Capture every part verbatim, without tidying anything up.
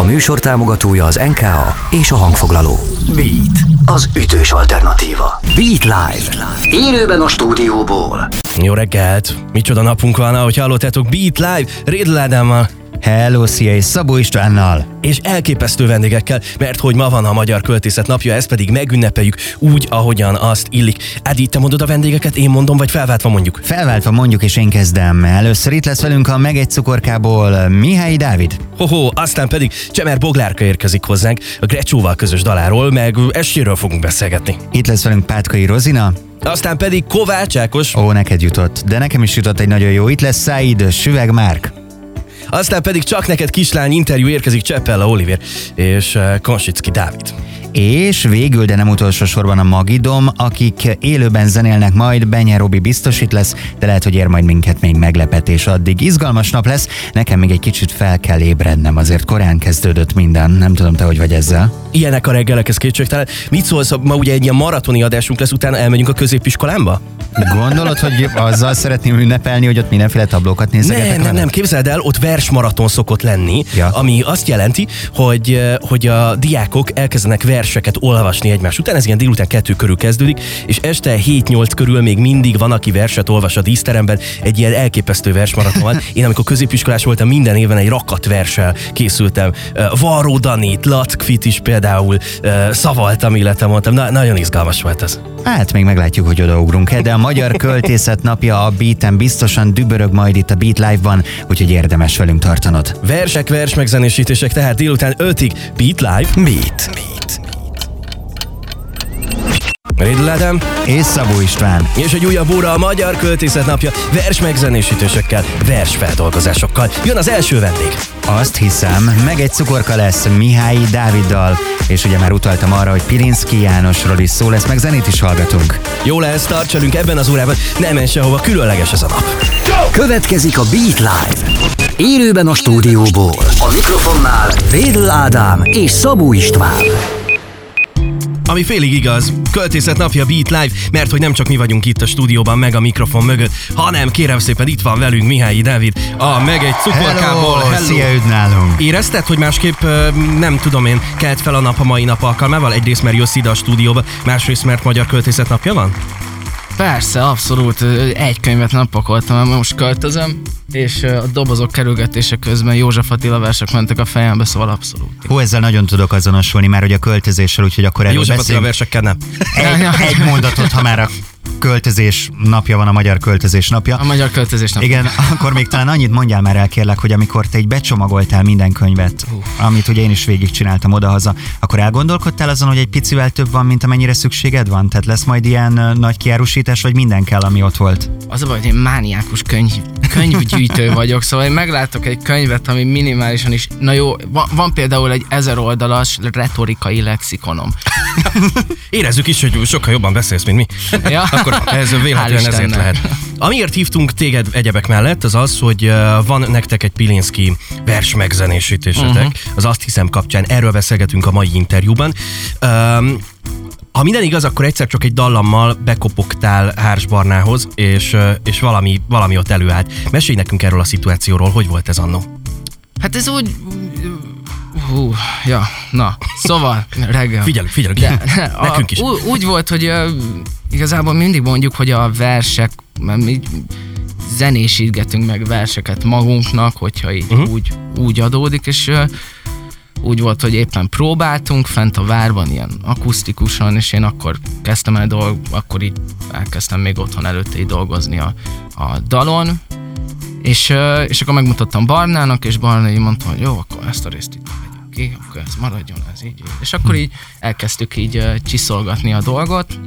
műsor támogatója az en ká á és a hangfoglaló. Beat, az ütős alternatíva. Beat Live. Élőben a stúdióból. Jó reggelt! Micsoda napunk van, ahogy hallottátok, Beat Live, Rédl Ádámmal. Hello, szia, és Szabó Istvánnal. És elképesztő vendégekkel, mert hogy ma van a Magyar Költészet napja, ezt pedig megünnepeljük úgy, ahogyan azt illik. Ádi, te mondod a vendégeket, én mondom, vagy felváltva mondjuk? Felváltva mondjuk, és én kezdem. Először itt lesz velünk a Meg egy cukorkából Mihály Dávid. Hoho, aztán pedig Csemer Boglárka érkezik hozzánk, a Grecsóval közös daláról, meg eséről fogunk beszélgetni. Itt lesz velünk Pátkai Rozina. Aztán pedig Kovács Ákos. Ó, neked jutott, de nekem is jutott egy nagyon jó. Itt lesz Száid Süveg Márk. Aztán pedig csak neked kislány interjú érkezik Cseppella Olivér és Konsicki Dávid. És végül, de nem utolsó sorban a Magidom, akik élőben zenélnek majd, Benye Robi biztos itt lesz, de lehet, hogy ér majd minket még meglepetés addig. Izgalmas nap lesz, nekem még egy kicsit fel kell ébrednem, azért korán kezdődött minden, nem tudom, te hogy vagy ezzel. Ilyenek a reggelek, ez kétségtelen. Mit szólsz, ma ugye egy ilyen maratoni adásunk lesz, utána elmegyünk a középiskolámba? Gondolod, hogy azzal szeretném ünnepelni, hogy ott mindenféle tablókat nézzegetek? Nem, nem, nem, képzeld el, ott versmaraton szokott lenni, ja. Ami azt jelenti, hogy, hogy a diákok elkezdenek verseket olvasni egymás után, ez ilyen délután kettő körül kezdődik, és este hét-nyolc körül még mindig van, aki verset olvas a díszteremben, egy ilyen elképesztő versmaraton van. Én amikor középiskolás voltam, minden évben egy rakat verssel készültem. Varró Danit, Lackfit is például szavaltam, illetve mondtam, na, nagyon izgalmas volt ez. Hát még meglátjuk, hogy odaugrunk-e, de a Magyar Költészet napja a Beaten biztosan dübörög majd itt a Beat Live-ban, úgyhogy érdemes velünk tartanod. Versek, vers megzenésítések, tehát délután ötig Beat Live. Beat. Beat. Rédl Ádám és Szabó István. És egy újabb óra a Magyar Költészet napja, vers megzenésítésekkel, versfeldolgozásokkal. Jön az első vendég. Azt hiszem, meg egy cukorka lesz Mihály Dáviddal, és ugye már utaltam arra, hogy Pilinszky Jánosról is szó lesz, meg zenét is hallgatunk. Jó lesz, tartsalunk ebben az órában, nem menj sehova, különleges ez a nap. Következik a Beat Live. Élőben a stúdióból. A mikrofonnál Rédl Ádám és Szabó István. Ami félig igaz, Költészet napja Beat Live, mert hogy nem csak mi vagyunk itt a stúdióban meg a mikrofon mögött, hanem kérem szépen itt van velünk Mihály Dávid, a Meg egy cukorkából. Hello, hello. Szia, üdv nálunk. Érezted, hogy másképp, nem tudom én, kelt fel a nap a mai nap alkalmával? Egyrészt, mert jössz ide a stúdióba, másrészt, mert Magyar Költészet napja van? Persze, abszolút. Egy könyvet nem pakoltam, mert most költözöm, és a dobozok kerülgetése közben József Attila versek mentek a fejembe, szóval abszolút. Hú, ezzel nagyon tudok azonosulni már, hogy a költözéssel, úgyhogy akkor erről József Attila beszéljünk. versekkel nem. Egy, egy mondatot, ha már a költözés napja van, a Magyar Költözés napja. A Magyar Költözés napja. Igen, akkor még talán annyit mondjál már el, kérlek, hogy amikor te egy becsomagoltál minden könyvet, uh. amit ugye én is végigcsináltam odahaza, akkor elgondolkodtál azon, hogy egy picivel több van, mint amennyire szükséged van? Tehát lesz majd ilyen nagy kiárusítás, vagy minden kell, ami ott volt? Az a baj, hogy én mániákus könyv, könyvgyűjtő vagyok, szóval én meglátok egy könyvet, ami minimálisan is, na jó, van, van például egy ezer oldalas retorikai lexikonom. Érezzük is, hogy sokkal jobban beszélsz, mint mi. Ja. Akkor ez véletlenül ezért lehet. Amiért hívtunk téged egyebek mellett, az az, hogy van nektek egy Pilinszky vers megzenésítésetek, uh-huh. az Azt hiszem kapcsán, erről beszélgetünk a mai interjúban. Um, ha minden igaz, akkor egyszer csak egy dallammal bekopogtál Hárs Barnához, és, és valami, valami ott előállt. Mesélj nekünk erről a szituációról, hogy volt ez annó? Hát ez úgy... Hú, ja, na, szóval reggel. Figyelünk, figyelünk, de, nekünk is. A, úgy volt, hogy uh, igazából mindig mondjuk, hogy a versek, mert mi zenésítgetünk meg verseket magunknak, hogyha így uh-huh. úgy, úgy adódik, és uh, úgy volt, hogy éppen próbáltunk fent a várban, ilyen akusztikusan, és én akkor kezdtem el dolg, akkor így elkezdtem még otthon előtte így dolgozni a, a dalon, és, uh, és akkor megmutattam Barnának, és Barna így mondta, hogy jó, akkor ezt a részt itt vegyünk ki, akkor ez maradjon, ez így. És akkor így elkezdtük így uh, csiszolgatni a dolgot,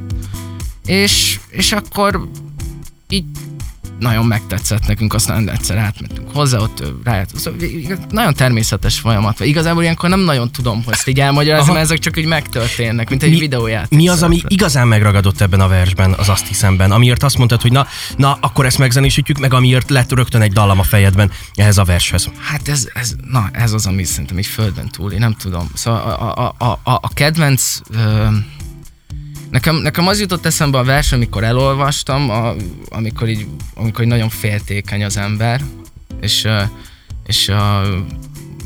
és, és akkor így nagyon megtetszett nekünk, aztán egyszer átmentünk hozzá, ott rájött. Szóval nagyon természetes folyamat. Vagy igazából ilyenkor nem nagyon tudom, hogy ezt így elmagyarázni, mert ezek csak úgy megtörténnek, mint egy mi, videójáték. Mi az, ami igazán megragadott ebben a versben, az Azt hiszemben, amiért azt mondtad, hogy na, na akkor ezt megzenésítjük, meg amiért lett rögtön egy dallam a fejedben ehhez a vershez? Hát ez, ez, na, ez az, ami szerintem így földön túl, én nem tudom. Szóval a, a, a, a, a kedvenc... Ö, Nekem, nekem az jutott eszembe a vers, amikor elolvastam, a, amikor, így, amikor így nagyon féltékeny az ember, és, és a,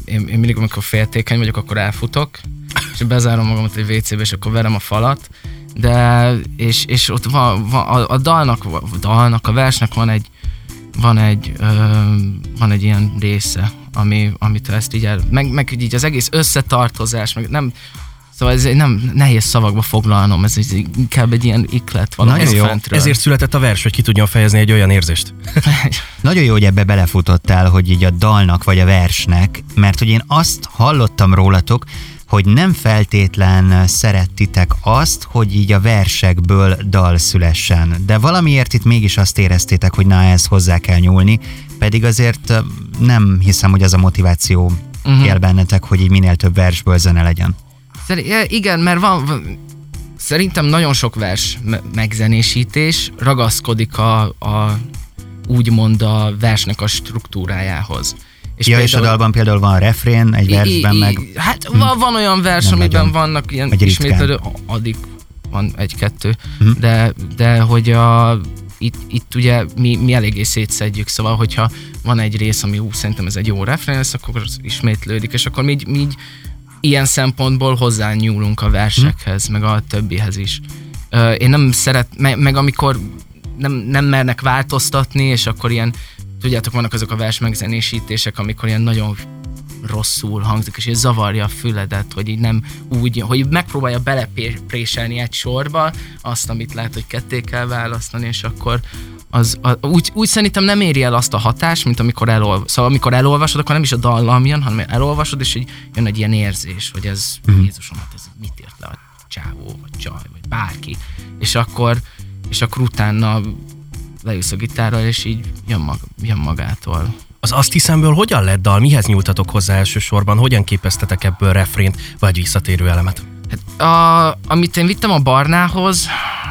én, én mindig, amikor féltékeny vagyok, akkor elfutok, és bezárom magamat egy vé cébe, és akkor verem a falat, de, és, és ott van, van a, a dalnak, a dalnak, a versnek van egy, van egy, ö, van egy ilyen része, ami, amit ezt így el, meg, meg így az egész összetartozás, meg nem, szóval ez nem nehéz szavakba foglalnom, ez inkább egy ilyen iklet valami fentről. Ezért született a vers, hogy ki tudjon fejezni egy olyan érzést. Nagyon jó, hogy ebbe belefutottál, hogy így a dalnak vagy a versnek, mert hogy én azt hallottam rólatok, hogy nem feltétlen szerettitek azt, hogy így a versekből dal szülessen. De valamiért itt mégis azt éreztétek, hogy na, ehhez hozzá kell nyúlni, pedig azért nem hiszem, hogy az a motiváció uh-huh. él bennetek, hogy így minél több versből zene legyen. Igen, mert van, van szerintem nagyon sok vers megzenésítés ragaszkodik a, a úgymond a versnek a struktúrájához. És, ja, például, és a dalban például van refrén, egy versben i, i, meg... Hát hm. van olyan vers, nem amiben nagyon, vannak ilyen ismétlődő, addig van egy-kettő, hm. de, de hogy a, itt, itt ugye mi, mi eléggé szétszedjük, szóval hogyha van egy rész, ami ú, szerintem ez egy jó refrén lesz, akkor az ismétlődik, és akkor mi, mi így ilyen szempontból hozzányúlunk a versekhez, hm. meg a többihez is. Uh, én nem szeret, meg, meg amikor nem, nem mernek változtatni, és akkor ilyen, tudjátok, vannak azok a vers megzenésítések, amikor ilyen nagyon rosszul hangzik, és ez zavarja a füledet, hogy így nem úgy, hogy megpróbálja belepréselni egy sorba azt, amit lehet, hogy ketté kell választani, és akkor az, a, úgy, úgy szerintem nem éri el azt a hatást, mint amikor elolvasod. Szóval amikor elolvasod, akkor nem is a dallam jön, hanem elolvasod, és így jön egy ilyen érzés, hogy ez, mm. Jézusom, hát ez mit írt le a csávó, vagy csaj, vagy bárki. És akkor, és akkor utána leülsz a gitárral, és így jön, mag, jön magától. Az Azt hiszemből hogyan lett dal? Mihez nyúltatok hozzá elsősorban? Hogyan képeztetek ebből refrént, vagy visszatérő elemet? Hát a, amit én vittem a Barnához,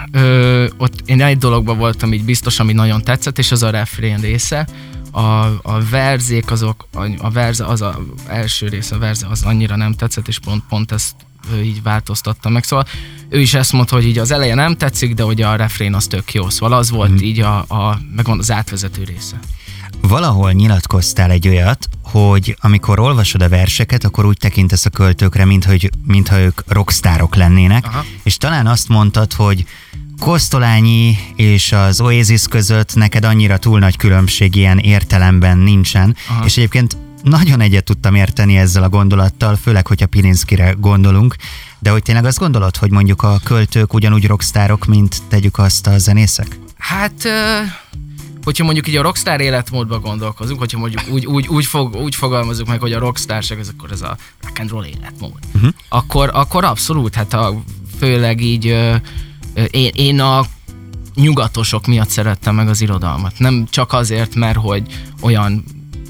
ö, ott én egy dologban voltam így biztos, ami nagyon tetszett, és az a refrén része. A, a verzék azok, a, a verze, az a első része, a verze az annyira nem tetszett, és pont, pont ezt így változtatta meg. Szóval ő is ezt mondta, hogy így az eleje nem tetszik, de hogy a refrén az tök jó. Szóval az volt mm. így a, a, megvan az átvezető része. Valahol nyilatkoztál egy olyat, hogy amikor olvasod a verseket, akkor úgy tekintesz a költőkre, mintha, mintha ők rockstárok lennének, aha. és talán azt mondtad, hogy Kosztolányi és az Oasis között neked annyira túl nagy különbség ilyen értelemben nincsen, aha. és egyébként nagyon egyet tudtam érteni ezzel a gondolattal, főleg, hogyha Pilinszkire gondolunk, de hogy tényleg azt gondolod, hogy mondjuk a költők ugyanúgy rockstárok, mint tegyük azt a zenészek? Hát... Uh... hogyha mondjuk így a rockstar életmódban gondolkozunk, hogyha mondjuk úgy, úgy, úgy, fog, úgy fogalmazunk meg, hogy a rockstarság, ez akkor ez a rock and roll életmód, uh-huh. akkor, akkor abszolút, hát a, főleg így ö, én, én a nyugatosok miatt szerettem meg az irodalmat. Nem csak azért, mert hogy olyan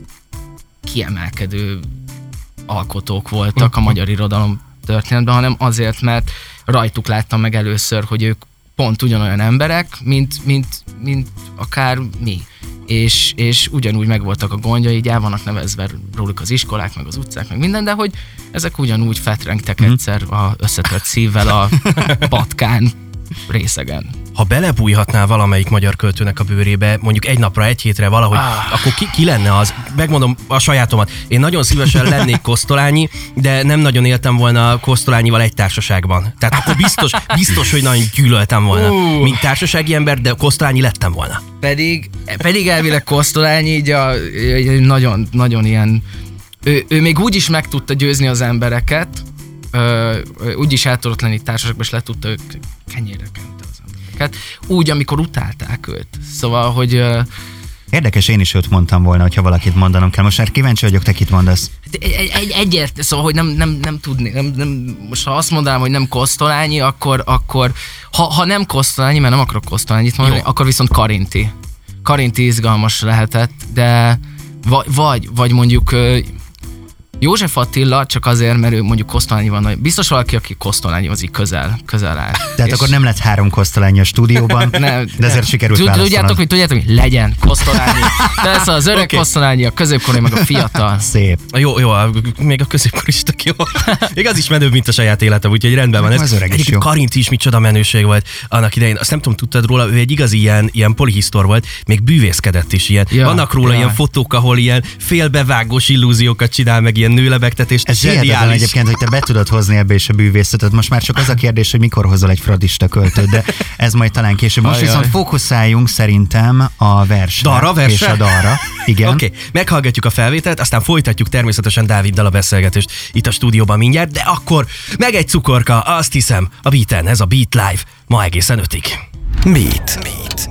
kiemelkedő alkotók voltak uh-huh. a magyar irodalom történetben, hanem azért, mert rajtuk láttam meg először, hogy ők pont ugyanolyan emberek, mint, mint, mint akár mi. És, és ugyanúgy megvoltak a gondjai, így el vannak nevezve róluk az iskolák, meg az utcák, meg minden, de hogy ezek ugyanúgy fetrengtek mm. egyszer a összetört szívvel a patkán részegen. Ha belebújhatnál valamelyik magyar költőnek a bőrébe, mondjuk egy napra, egy hétre valahogy, ah. akkor ki, ki lenne az? Megmondom a sajátomat. Én nagyon szívesen lennék Kosztolányi, de nem nagyon éltem volna Kosztolányival egy társaságban. Tehát akkor biztos, biztos hogy nagyon gyűlöltem volna, uh. mint társasági ember, de Kosztolányi lettem volna. Pedig, pedig elvileg Kosztolányi így a, nagyon, nagyon ilyen... Ő, ő még úgy is meg tudta győzni az embereket, ö, úgy is el tudott lenni társaságban, és le tudta ők kenyérre kente az embereket. Úgy, amikor utálták őt. Szóval, hogy... Ö, Érdekes, én is őt mondtam volna, hogyha valakit mondanom kell. Most már kíváncsi vagyok, te kit mondasz. Egy, egy, egyért, szóval, hogy nem, nem, nem tudni. Nem, nem, most ha azt mondanám, hogy nem Kosztolányi, akkor, akkor ha, ha nem Kosztolányi, mert nem akarok Kosztolányit mondani, jó. akkor viszont Karinti. Karinti izgalmas lehetett, de vagy, vagy, vagy mondjuk József Attila, csak azért, mert ő mondjuk Kosztolányival nagy. Biztos valaki, aki Kosztolányihoz így közel, közel áll. Tehát és akkor nem lett három Kosztolányi a stúdióban, nem, de ezért sikerült választanod. Tudjátok, hogy tudjátok, hogy legyen Kosztolányi. Persze az öreg okay. Kosztolányi, a középkori, meg a fiatal. Szép. Jó, jó, még a középkor is tök jó. Még az is menőbb, mint a saját életem, úgyhogy rendben van. Ez az öreg is jó. Karinti is micsoda menőség volt annak idején. Azt nem tudom, tudtad róla, ő egy igazi ilyen, ilyen polihisztor volt, még bűvészkedett is ilyen. Ja, Vannak róla ja. ilyen fotók, ahol ilyen félbevágós illúziókat csinál, meg ilyen nőlebegtetést. Ez hihetetlen egyébként, hogy te be tudod hozni ebbe is a bűvészetet. Most már csak az a kérdés, hogy mikor hozol egy fradista költőt, de ez majd talán később. Most viszont fókuszáljunk szerintem a versre. Darra, versre? És a dalra. Igen. Oké, okay. Meghallgatjuk a felvételt, aztán folytatjuk természetesen Dáviddal a beszélgetést itt a stúdióban mindjárt, de akkor meg egy cukorka, azt hiszem, a Beaten, ez a Beat Live, ma egészen ötig. Beat. Beat.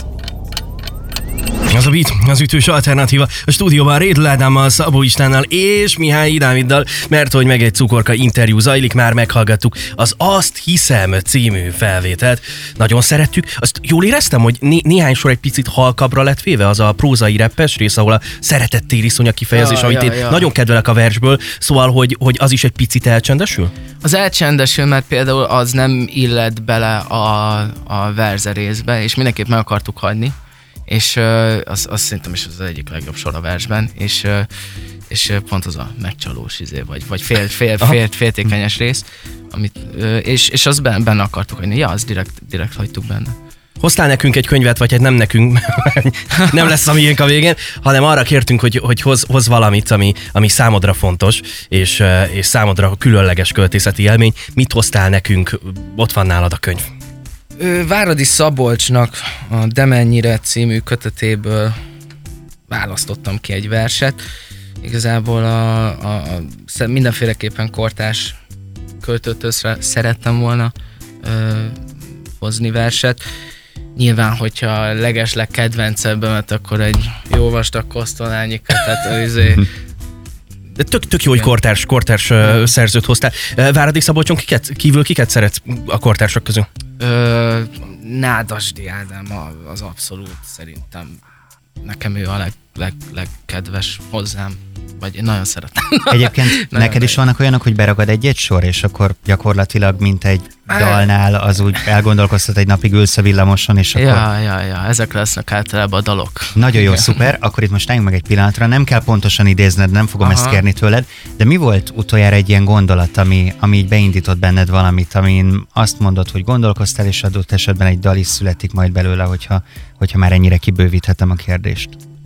Az a Beat, az ütős alternatíva. A stúdióban Rédl Ádámmal, Szabó Istvánnal és Mihály Dáviddal, mert hogy meg egy cukorka interjú zajlik, már meghallgattuk az Azt hiszem című felvételt. Nagyon szerettük. Azt jól éreztem, hogy né- néhány sor egy picit halkabbra lett véve, az a prózai reppes rész, ahol a szeretett tériszony a kifejezés, ja, amit ja, én ja. nagyon kedvelek a versből, szóval, hogy, hogy az is egy picit elcsendesül? Az elcsendesül, mert például az nem illett bele a, a verze részbe, és mindenképp meg akartuk hagyni. És uh, az, az szerintem is az egyik legjobb sor a versben, és, uh, és uh, pont az a megcsalós izé, vagy, vagy fél, fél, fél, féltékenyes rész, amit, uh, és, és azt benne, benne akartuk hagyni. Ja, azt direkt, direkt hagytuk benne. Hoztál nekünk egy könyvet, vagy hát nem nekünk, nem lesz a miénk a végén, hanem arra kértünk, hogy, hogy hoz, hoz valamit, ami, ami számodra fontos, és, és számodra különleges költészeti élmény. Mit hoztál nekünk? Ott van nálad a könyv. Váradi Szabolcsnak a De mennyire című kötetéből választottam ki egy verset. Igazából a, a, a mindenféleképpen kortárs költőtől szerettem volna ö, hozni verset. Nyilván, hogyha legesleg kedvencebbemet, akkor egy jó vastag Kosztolányi kötet, izé, de tök, tök jó, hogy kortárs, kortárs uh, szerzőt hoztál. Uh, Váradi Szabolcson kiket, kívül kiket szeretsz a kortársak közül? Ö, Nádasdy Ádám az abszolút, szerintem nekem ő a leg, leg, legkedves hozzám, vagy én nagyon szeretem. Egyébként neked is vannak olyanok, hogy beragad egy-egy sor, és akkor gyakorlatilag, mint egy dalnál, az úgy elgondolkoztat, egy napig ülsz a villamoson, és akkor... Ja, ja, ja, ezek lesznek általában a dalok. Nagyon jó, szuper. Akkor itt most álljunk meg egy pillanatra, nem kell pontosan idézned, nem fogom Aha. ezt kérni tőled, de mi volt utoljára egy ilyen gondolat, ami, ami így beindított benned valamit, amin azt mondod, hogy gondolkoztál, és adott esetben egy dal is születik majd belőle, hogyha, hogyha már ennyire kibővíthetem a kérdést.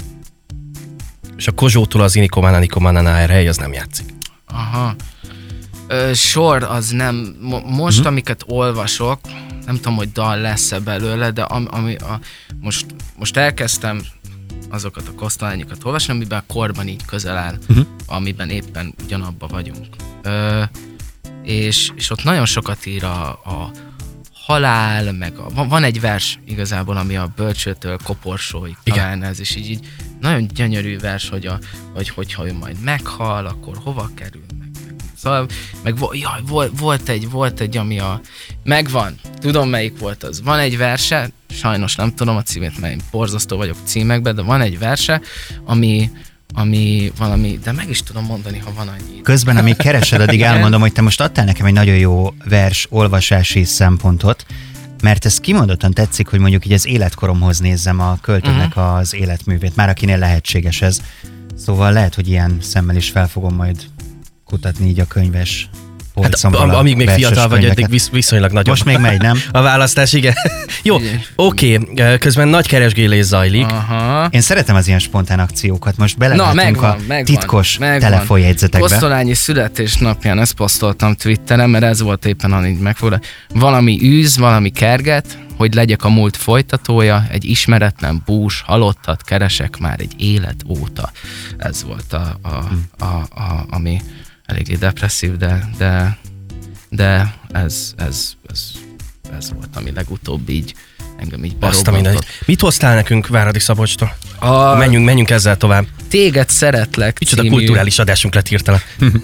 És a Kozsótól az Inikomana Nikomana hely, az nem játszik. Aha. Ö, sor az nem, mo- most mm-hmm. amiket olvasok, nem tudom, hogy dal lesz-e belőle, de ami, ami a, most, most elkezdtem azokat a Kosztolányikat olvasni, amiben a korban így közel áll, mm-hmm. amiben éppen ugyanabba vagyunk. Ö, és, és ott nagyon sokat ír a, a halál, meg a, van, van egy vers igazából, ami a bölcsőtől koporsóig talán ez, és így, így nagyon gyönyörű vers, hogy, a, hogy hogyha ő majd meghal, akkor hova kerül, meg, meg, szóval, meg jaj, volt, volt, egy, volt egy, ami a, megvan, tudom melyik volt az, van egy verse, sajnos nem tudom a címét, mert én borzasztó vagyok címekben, de van egy verse, ami ami valami, de meg is tudom mondani, ha van annyi. Közben, amíg keresed, addig elmondom, hogy te most adtál nekem egy nagyon jó vers olvasási szempontot, mert ez kimondottan tetszik, hogy mondjuk így az életkoromhoz nézzem a költőnek uh-huh. az életművét, már akinél lehetséges ez. Szóval lehet, hogy ilyen szemmel is fel fogom majd kutatni így a könyves polcomról. Hát, amíg még fiatal vagy, addig visz, viszonylag nagyobb. Most még megy, nem? A választás, igen. Jó, oké, okay. Közben nagy keresgélés zajlik. Aha. Én szeretem az ilyen spontán akciókat. Most belelátunk a megvan, titkos megvan. telefonjegyzetekbe. Kosztolányi születésnapján ezt posztoltam Twitteren, mert ez volt éppen, amit megfogta. Valami űz, valami kerget, hogy legyek a múlt folytatója, egy ismeretlen bús, halottat keresek már egy élet óta. Ez volt a, a, a, a, a ami eléggé depresszív, de, de, de ez, ez, ez, ez volt, ami legutóbb így engem így berobbantott. Mit hoztál nekünk Váradi Szabolcstól? A... Menjünk, menjünk ezzel tovább. Téged szeretlek Micsoda című... kulturális adásunk lett hirtelen.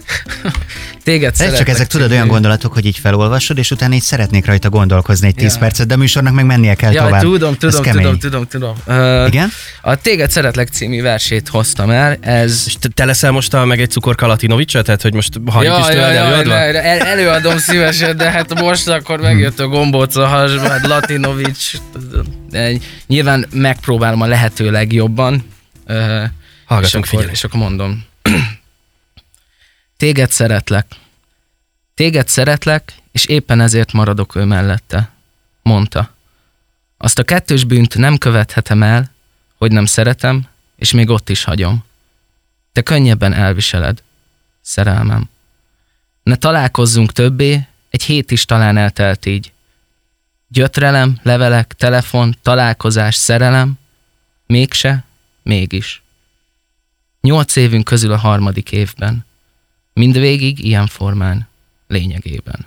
Téged szeretlek. Csak ezek tudod olyan gondolatok, hogy így felolvasod, és utána így szeretnék rajta gondolkozni egy tíz ja. percet, de a műsornak meg mennie kell ja, tovább. Tudom, tudom, tudom, tudom, tudom. Uh, Igen? A Téged szeretlek című versét hoztam el, ez... És te, te leszel most a meg egy cukorka Latinovics-et? Tehát, hogy most hagyjuk ja, is tőled ja, előadva? Ja, el, előadom szívesen, de hát most akkor megjött a gombóc a hasba, hát Latinovics. De nyilván megpróbálom a lehető legjobban. Uh, Hallgatunk, és, akkor, és akkor mondom. Téged szeretlek. Téged szeretlek, és éppen ezért maradok ő mellette. Mondta. Azt a kettős bűnt nem követhetem el, hogy nem szeretem, és még ott is hagyom. Te könnyebben elviseled. szerelmem. Ne találkozzunk többé, egy hét is talán eltelt így. Gyötrelem, levelek, telefon, találkozás, szerelem, mégse, mégis. Nyolc évünk közül a harmadik évben. Mindvégig ilyen formán, lényegében.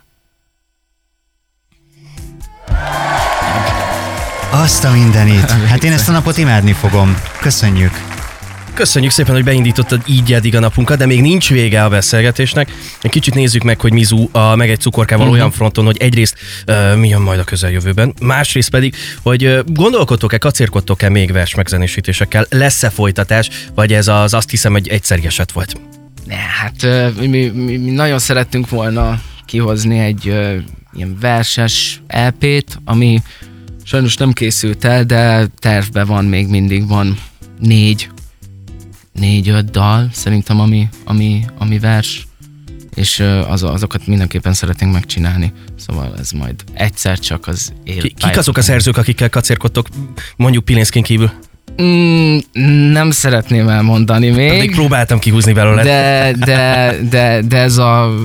Azt a mindenit. Hát én ezt a napot imádni fogom. Köszönjük. Köszönjük szépen, hogy beindítottad így eddig a napunkat, de még nincs vége a beszélgetésnek. Egy kicsit nézzük meg, hogy Mizu a Meg egy cukorkával uh-huh. olyan fronton, hogy egyrészt uh, mi jön majd a közeljövőben, másrészt pedig, hogy uh, gondolkodtok-e, kacérkodtok-e még vers megzenésítésekkel, lesz-e folytatás, vagy ez az azt hiszem egy egyszeri eset volt? Ne, hát uh, mi, mi, mi nagyon szerettünk volna kihozni egy uh, ilyen verses é pét, ami sajnos nem készült el, de tervben van, még mindig van négy négy-öt dal, szerintem, ami, ami, ami vers, és az, azokat mindenképpen szeretnénk megcsinálni. Szóval ez majd egyszer csak az él. Ki, kik azok a szerzők, akikkel kacérkodtok, mondjuk Pilinszkin kívül? Mm, nem szeretném elmondani még. Pedig próbáltam kihúzni belőle. De, de, de, de ez a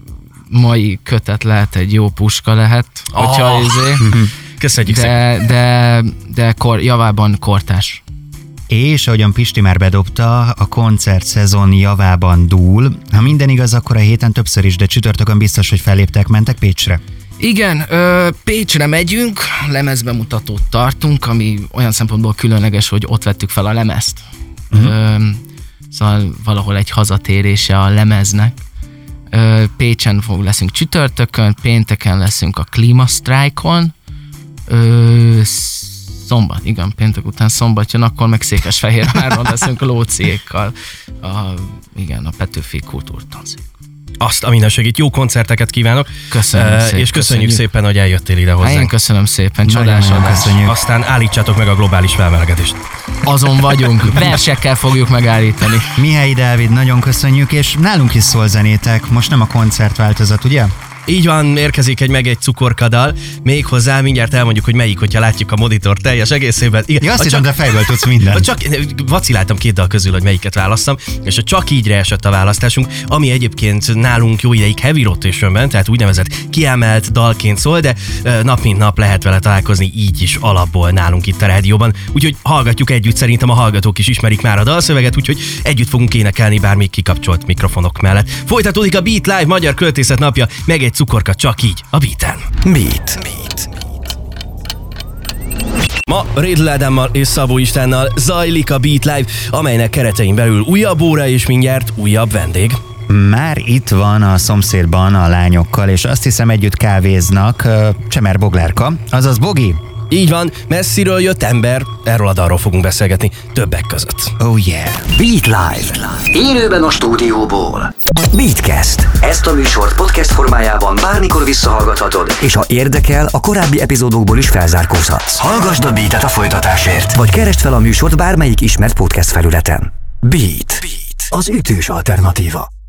mai kötet lehet egy jó puska lehet, oh. hogyha izé. Köszönjük de, szépen. De, de kor, javában kortás. És ahogyan Pisti már bedobta, a koncert szezon javában dúl. Ha minden igaz, akkor a héten többször is, de csütörtökön biztos, hogy felléptek, mentek Pécsre. Igen, ö, Pécsre megyünk, lemezbemutatót tartunk, ami olyan szempontból különleges, hogy ott vettük fel a lemezt. Uh-huh. Ö, szóval valahol egy hazatérése a lemeznek. Ö, Pécsen fog leszünk csütörtökön, pénteken leszünk a Klímasztrájkon, ö, szombat, igen, péntek után szombat jön, akkor meg Székesfehérváron leszünk a Lóciékkal, a, igen, a Petőfi Kultúrtanszék. Azt, a minden segít. Jó koncerteket kívánok. Köszönöm uh, szépen. És köszönjük, köszönjük szépen, hogy eljöttél ide hozzánk. Én köszönöm szépen, csodás adás. Köszönjük. Aztán állítsátok meg a globális felmelegedést. Azon vagyunk, versekkel fogjuk megállítani. Mihály Dávid, nagyon köszönjük, és nálunk is szól zenétek, most nem a koncertváltozat, ugye? Így van, érkezik egy Meg egy cukorkadal, még hozzá mindjárt elmondjuk, hogy melyik, hogyha látjuk a monitor teljes egészében. Igen, ja, azt hiszem, csak, de fejből tudsz mindent. Csak vaciláltam két dal közül, hogy melyiket választam, és a csak ígyre esett a választásunk, ami egyébként nálunk jó ideig heavy rotationben, tehát úgynevezett kiemelt dalként szól, de nap mint nap lehet vele találkozni így is alapból nálunk itt a rádióban. Úgyhogy hallgatjuk együtt, szerintem a hallgatók is ismerik már a dalszöveget, úgyhogy együtt fogunk énekelni, bár még kikapcsolt mikrofonok mellett. Folytatódik a Beat Live Magyar Költészet napja, Meg egy cukorka csak így, a Beaten. Beat. Beat. Ma Rédl Ádámmal és Szabó Istvánnal zajlik a Beat Live, amelynek keretein belül újabb óra és mindjárt újabb vendég. Már itt van a szomszédban a lányokkal, és azt hiszem együtt kávéznak Csemer Boglárka, azaz Bogi. Így van, messziről jött ember, erről a dalról fogunk beszélgetni többek között. Oh yeah! Beat Live. Élőben a stúdióból. Beatcast. Ezt a műsort podcast formájában bármikor visszahallgathatod, és ha érdekel, a korábbi epizódokból is felzárkózhatsz. Hallgasd a Beatet a folytatásért, vagy keresd fel a műsort bármelyik ismert podcast felületen. Beat. Beat. Az ütős alternatíva.